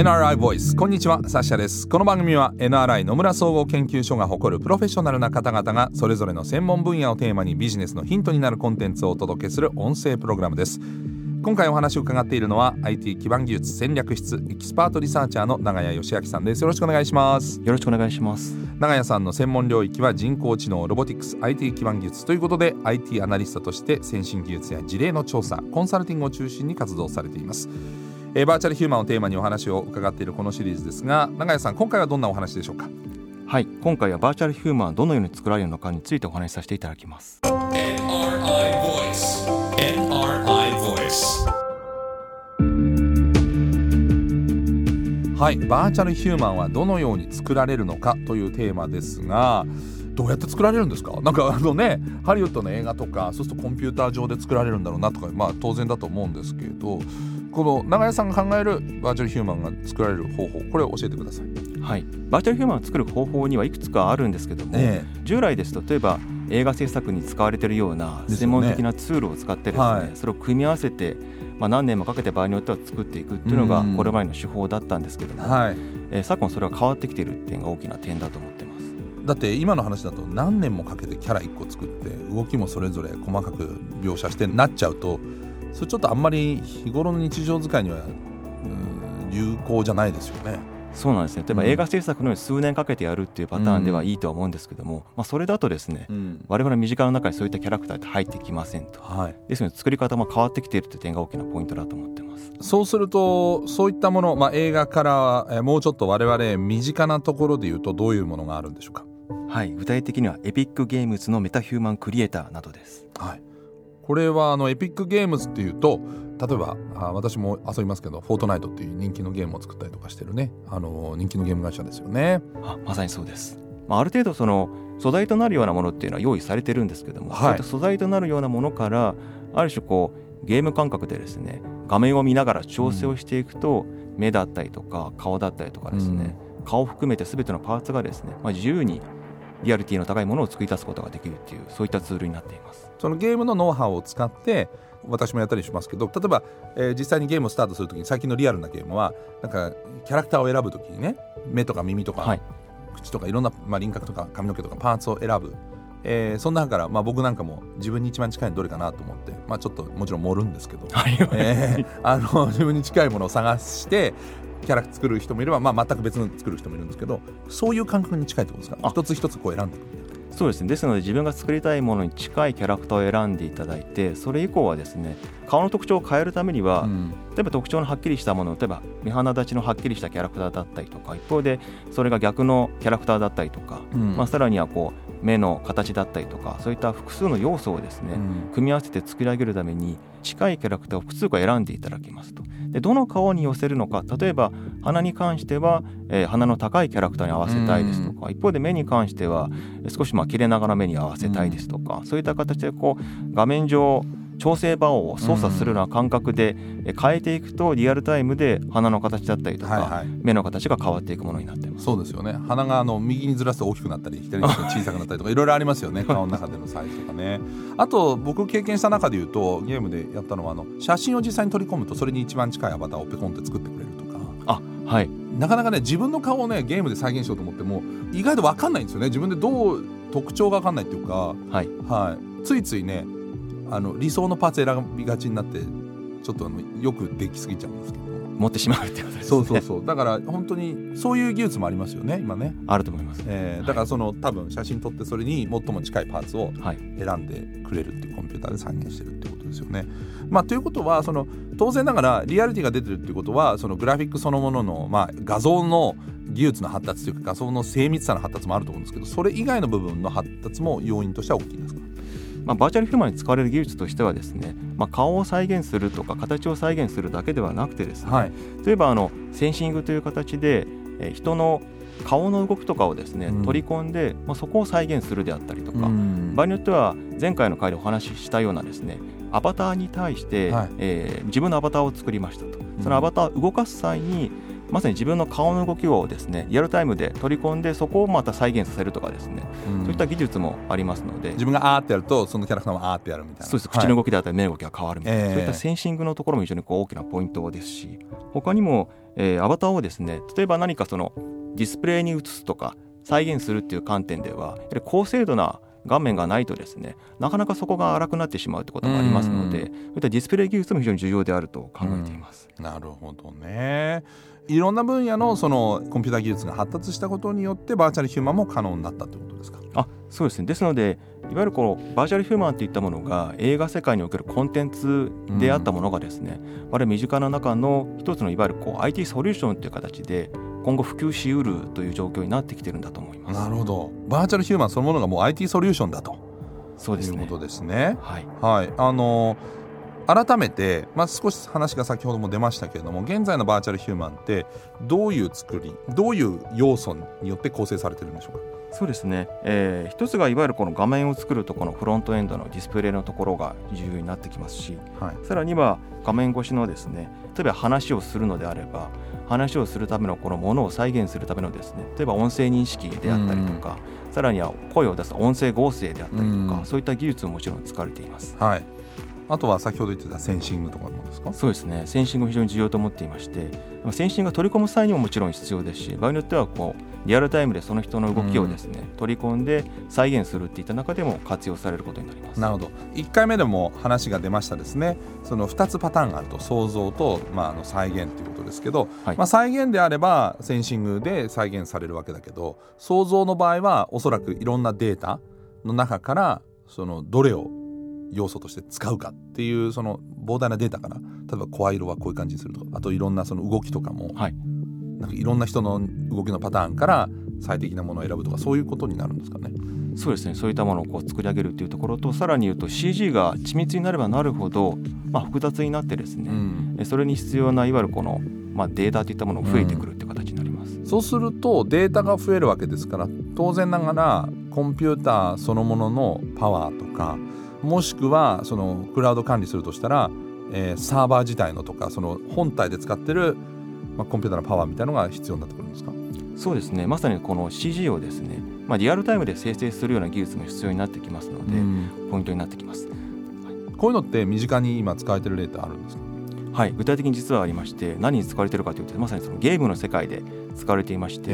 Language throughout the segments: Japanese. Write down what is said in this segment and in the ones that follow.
NRI ボイス、こんにちは、サッシャです。この番組は NRI 野村総合研究所が誇るプロフェッショナルな方々がそれぞれの専門分野をテーマにビジネスのヒントになるコンテンツをお届けする音声プログラムです。今回お話を伺っているのは IT 基盤技術戦略室エキスパートリサーチャーの長谷義明さんです。よろしくお願いします。 よろしくお願いします。 長谷さんの専門領域は人工知能、ロボティクス、 IT 基盤技術ということで IT アナリストとして先進技術や事例の調査、コンサルティングを中心に活動されています。バーチャルヒューマンをテーマにお話を伺っているこのシリーズですが、長谷さん、今回はどんなお話でしょうか？ はい、今回はバーチャルヒューマンはどのように作られるのかについてお話しさせていただきます。 NRI Voice NRI Voice。 はい、バーチャルヒューマンはどのように作られるのかというテーマですが、どうやって作られるんですか？なんかハリウッドの映画とかそうするとコンピューター上で作られるんだろうなとか、当然だと思うんですけど、この長谷さんが考えるバーチャルヒューマンが作られる方法、これを教えてください。 はい、バーチャルヒューマンを作る方法にはいくつかあるんですけども、従来ですと例えば映画制作に使われているような専門的なツールを使ってですね、それを組み合わせて、何年もかけて場合によっては作っていくっていうのがこれまでの手法だったんですけども、昨今それは変わってきている点が大きな点だと思ってます。 だって今の話だと何年もかけてキャラ1個作って動きもそれぞれ細かく描写してなっちゃうと、それちょっとあんまり日頃の日常使いには有効じゃないですよね。 そうなんですね。例えば映画制作のように数年かけてやるっていうパターンではいいとは思うんですけども、それだとですね、我々の身近な中にそういったキャラクターって入ってきませんと、ですので作り方も変わってきているという点が大きなポイントだと思ってます。 そうするとそういったもの、映画からもうちょっと我々身近なところでいうとどういうものがあるんでしょうか？ はい、具体的にはエピックゲームズのメタヒューマンクリエイターなどです。 これはエピックゲームズっていうと、例えば私も遊びますけどフォートナイトっていう人気のゲームを作ったりとかしてるね、人気のゲーム会社ですよね。 まさにそうです。ある程度その素材となるようなものっていうのは用意されてるんですけども、そういった素材となるようなものからある種ゲーム感覚でですね、画面を見ながら調整をしていくと、目だったりとか顔だったりとかですね、顔を含めて全てのパーツがですね、自由にリアリティの高いものを作り出すことができるっていう、そういったツールになっています。 そのゲームのノウハウを使って私もやったりしますけど、例えば、実際にゲームをスタートするときに、最近のリアルなゲームはなんかキャラクターを選ぶときにね、目とか耳とか、口とかいろんな、輪郭とか髪の毛とかパーツを選ぶ、そんな中から、僕なんかも自分に一番近いのどれかなと思って、ちょっともちろん盛るんですけど、自分に近いものを探してキャラ作る人もいれば、全く別の作る人もいるんですけど、そういう感覚に近いってことですか？一つ一つ選んでいく。 そうですね。ですので自分が作りたいものに近いキャラクターを選んでいただいて、それ以降はですね、顔の特徴を変えるためには、例えば特徴のはっきりしたもの、例えば目鼻立ちのはっきりしたキャラクターだったりとか、一方でそれが逆のキャラクターだったりとか、さらには目の形だったりとか、そういった複数の要素をですね、組み合わせて作り上げるために近いキャラクターを複数個選んでいただきますと。でどの顔に寄せるのか、例えば鼻に関しては、鼻の高いキャラクターに合わせたいですとか、一方で目に関しては少し切れながら目に合わせたいですとか、そういった形で画面上調整場を操作するような感覚で変えていくと、リアルタイムで鼻の形だったりとか、目の形が変わっていくものになっています。 そうですよね。鼻が右にずらすと大きくなったり、左にずらすと小さくなったりとかいろいろありますよね。顔の中でのサイズとかね。あと僕経験した中でいうと、ゲームでやったのは写真を実際に取り込むと、それに一番近いアバターをペコンって作ってくれるとか。なかなかね、自分の顔をねゲームで再現しようと思っても意外と分かんないんですよね。自分でどう特徴が分かんないっていうか、ついついね理想のパーツ選びがちになって、ちょっとよくできすぎちゃうんですけど、 持ってしまうってことですね。 そうだから本当にそういう技術もありますよね、今ね。 あると思います。 だから多分写真撮ってそれに最も近いパーツを選んでくれるっていう、コンピューターで再現してるってことですよね。ということは当然ながらリアリティが出てるっていうことは、グラフィックそのものの、画像の技術の発達というか画像の精密さの発達もあると思うんですけど、それ以外の部分の発達も要因としては大きいですか？ バーチャルヒューマンに使われる技術としてはですね、顔を再現するとか形を再現するだけではなくてですね、例えばセンシングという形で、人の顔の動きとかをですね、取り込んで、そこを再現するであったりとか、場合によっては前回の回でお話ししたようなですね、アバターに対して、自分のアバターを作りましたと。そのアバターを動かす際にまさに自分の顔の動きをですねリアルタイムで取り込んで、そこをまた再現させるとかですね、そういった技術もありますので、 自分があーってやるとそのキャラクターもあーってやるみたいな。 そうです。口の動きだったり目の動きが変わるみたいな、そういったセンシングのところも非常に大きなポイントですし、他にもアバターをですね、例えば何かそのディスプレイに映すとか再現するっていう観点ではやはり高精度な画面がないとですね、なかなかそこが荒くなってしまうということもありますので、そういったディスプレイ技術も非常に重要であると考えています。 なるほどね。いろんな分野のそのコンピューター技術が発達したことによってバーチャルヒューマンも可能になったということですか？ そうですね。ですのでいわゆるこのバーチャルヒューマンといったものが映画世界におけるコンテンツであったものがですね、我々身近な中の一つのいわゆるこう IT ソリューションという形で今後普及しうるという状況になってきているんだと思います。 なるほど。バーチャルヒューマンそのものがもう IT ソリューションだとそうですね、 いうことですね。 はい、 改めて、少し話が先ほども出ましたけれども、現在のバーチャルヒューマンってどういう作り、どういう要素によって構成されているんでしょうか？ そうですね、一つがいわゆるこの画面を作るところのフロントエンドのディスプレイのところが重要になってきますし、さらには画面越しのですね、例えば話をするのであれば話をするためのこのものを再現するためのですね、例えば音声認識であったりとか、さらには声を出す音声合成であったりとか、そういった技術ももちろん使われています。 あとは先ほど言ってたセンシングとかもですか？ そうですね、センシングも非常に重要と思っていまして、センシングが取り込む際にももちろん必要ですし、場合によってはこうリアルタイムでその人の動きをですね、取り込んで再現するっていった中でも活用されることになります。 なるほど。1回目でも話が出ましたですね、その2つパターンがあると、想像と、再現ということですけど、再現であればセンシングで再現されるわけだけど、想像の場合はおそらくいろんなデータの中からそのどれを要素として使うかっていうその膨大なデータから、例えば声色はこういう感じにするとか、あといろんなその動きとかも、なんかいろんな人の動きのパターンから最適なものを選ぶとか、そういうことになるんですかね？ そうですね、そういったものをこう作り上げるというところと、さらに言うと CG が緻密になればなるほど、複雑になってですね、それに必要ないわゆるこの、データといったものが増えてくるという形になります。 そうするとデータが増えるわけですから、当然ながらコンピューターそのもののパワーとか、もしくはそのクラウド管理するとしたら、サーバー自体のとか、その本体で使ってる、コンピューターのパワーみたいなのが必要になってくるんですか？ そうですね、まさにこの CG をですね、リアルタイムで生成するような技術も必要になってきますので、ポイントになってきます。 こういうのって身近に今使われてる例ってあるんですか？ 具体的に実はありまして、何に使われているかというと、まさにそのゲームの世界で使われていまして、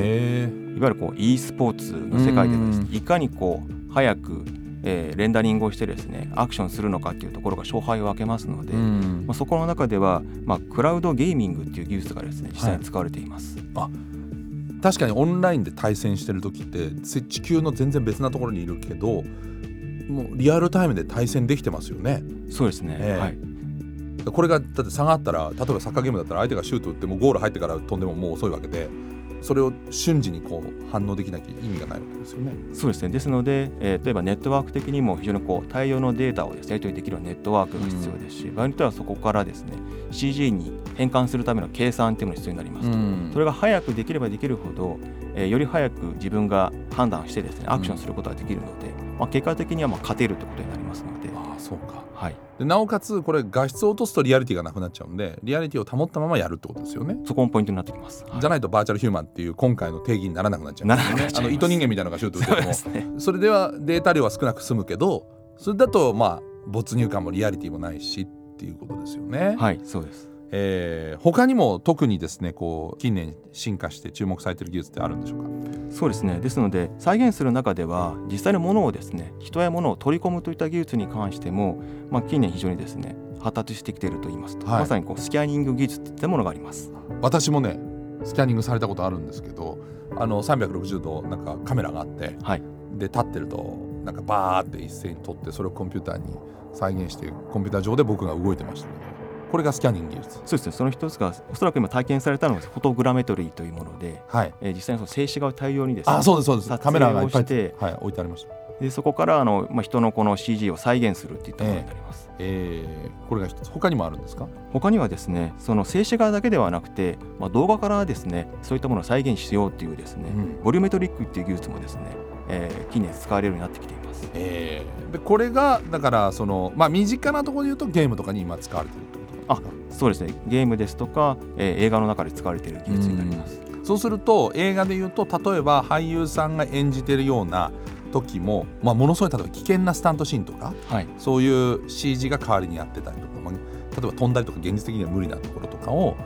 いわゆるこう e スポーツの世界でですね、いかにこう早くレンダリングをしてですね、アクションするのかというところが勝敗を分けますので、そこの中では、クラウドゲーミングっていう技術がですね、実際に使われています。 確かにオンラインで対戦してる時って地球の全然別なところにいるけど、もうリアルタイムで対戦できてますよね。 そうですね、 これがだって差があったら、例えばサッカーゲームだったら相手がシュート打ってもゴール入ってから飛んでももう遅いわけで、それを瞬時にこう反応できなきゃ意味がないわけですよね。 そうですね。ですので、例えばネットワーク的にも非常にこう大量のデータをですね、やり取りできるネットワークが必要ですし、場合によってはそこからですね CG に変換するための計算というのが必要になります。それが早くできればできるほど、より早く自分が判断してですねアクションすることができるので、結果的には勝てるということになりますので。 そうか。 でなおかつこれ画質を落とすとリアリティがなくなっちゃうんで、リアリティを保ったままやるってことですよね。 そこもポイントになってきます。 じゃないとバーチャルヒューマンっていう今回の定義にならなくなっちゃうんですよね。糸人間みたいなのがシュート打っても それではデータ量は少なく済むけど、それだと没入感もリアリティもないしっていうことですよね。 そうです。 他にも特にですね、こう近年進化して注目されている技術ってあるんでしょうか？ そうですね。ですので再現する中では実際のものをですね、人やものを取り込むといった技術に関しても、近年非常にですね発達してきているといいますと、まさにこうスキャニング技術といったものがあります。 私もねスキャニングされたことあるんですけど、360度なんかカメラがあって、で立ってるとなんかバーって一斉に撮って、それをコンピューターに再現してコンピューター上で僕が動いてましたけど、これがスキャニング技術。 そうですね。その一つがおそらく今体験されたのがフォトグラメトリーというもので、実際にその静止画を大量にですね、 そうですそうです、カメラがいっぱいして置いてありました。 でそこから人のこの CG を再現するっていったものになります。 これが一つ。他にもあるんですか？ 他にはですね、その静止画だけではなくて、動画からですねそういったものを再現しようっていうですね、ボリュメトリックっていう技術もですね、近年使われるようになってきています。 でこれがだからその、身近なところで言うとゲームとかに今使われているってことですか？ そうですね。ゲームですとか、映画の中で使われている技術になります。 そうすると映画で言うと、例えば俳優さんが演じているような時も、ものすごい例えば危険なスタントシーンとか、そういう CG が代わりにやってたりとか、例えば飛んだりとか現実的には無理なところとかを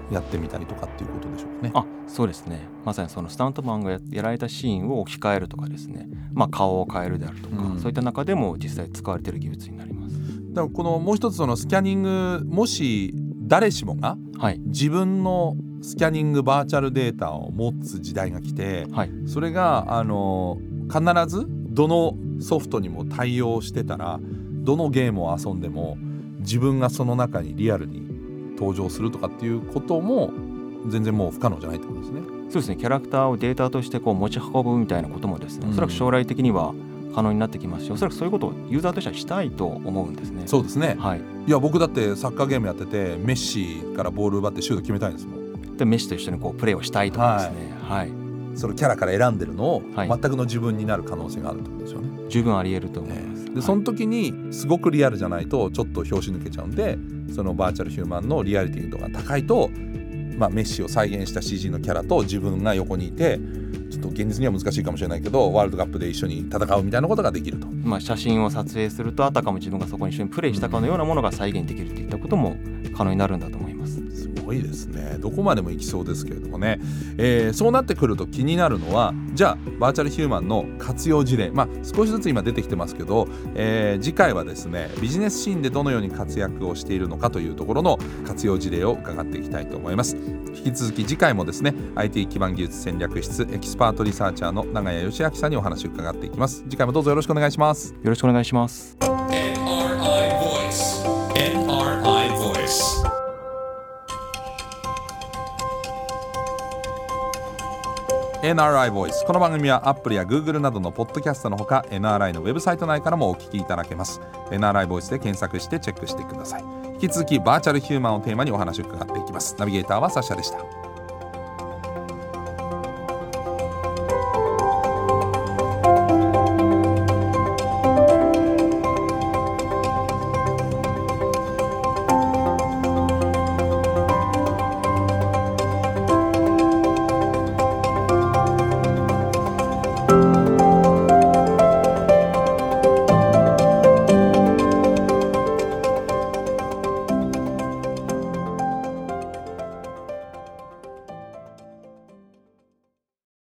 やってみたりとかっていうことでしょうかね。 あ、そうですね。まさにそのスタントマンが やられたシーンを置き換えるとかですね、顔を変えるであるとか、そういった中でも実際使われている技術になります。 だからこのもう一つそのスキャニング、もし誰しもが自分のスキャニングバーチャルデータを持つ時代が来て、それが必ずどのソフトにも対応してたら、どのゲームを遊んでも自分がその中にリアルに登場するとかっていうことも全然もう不可能じゃないってことですね。 そうですね。キャラクターをデータとして持ち運ぶみたいなこともですね、おそらく将来的には可能になってきますし、おそらくそういうことをユーザーとしてはしたいと思うんですね。 そうですね、いや僕だってサッカーゲームやっててメッシからボール奪ってシュート決めたいんですもん。 でメッシと一緒にプレーをしたいとかですね、 そのキャラから選んでるのを全くの自分になる可能性があるってことですよね。 十分あり得ると思います。 でその時にすごくリアルじゃないとちょっと拍子抜けちゃうんで、そのバーチャルヒューマンのリアリティ度が高いと、メッシを再現した CG のキャラと自分が横にいて、ちょっと現実には難しいかもしれないけどワールドカップで一緒に戦うみたいなことができると、 写真を撮影するとあたかも自分がそこに一緒にプレイしたかのようなものが再現できるといったことも可能になるんだと思います。 すごいですね。どこまでもいきそうですけれどもね、そうなってくると気になるのは、じゃあバーチャルヒューマンの活用事例、少しずつ今出てきてますけど、次回はですねビジネスシーンでどのように活躍をしているのかというところの活用事例を伺っていきたいと思います。引き続き次回もですね IT 基盤技術戦略室エキスパートリサーチャーの長谷義明さんにお話を伺っていきます。次回もどうぞよろしくお願いします。 よろしくお願いします。 NRI Voice NRI Voice NRI Voice、 この番組は Apple や Google などのポッドキャストのほか NRI のウェブサイト内からもお聞きいただけます。 NRI Voice で検索してチェックしてください。引き続きバーチャルヒューマンをテーマにお話を伺っていきます。ナビゲーターはサッシャでした。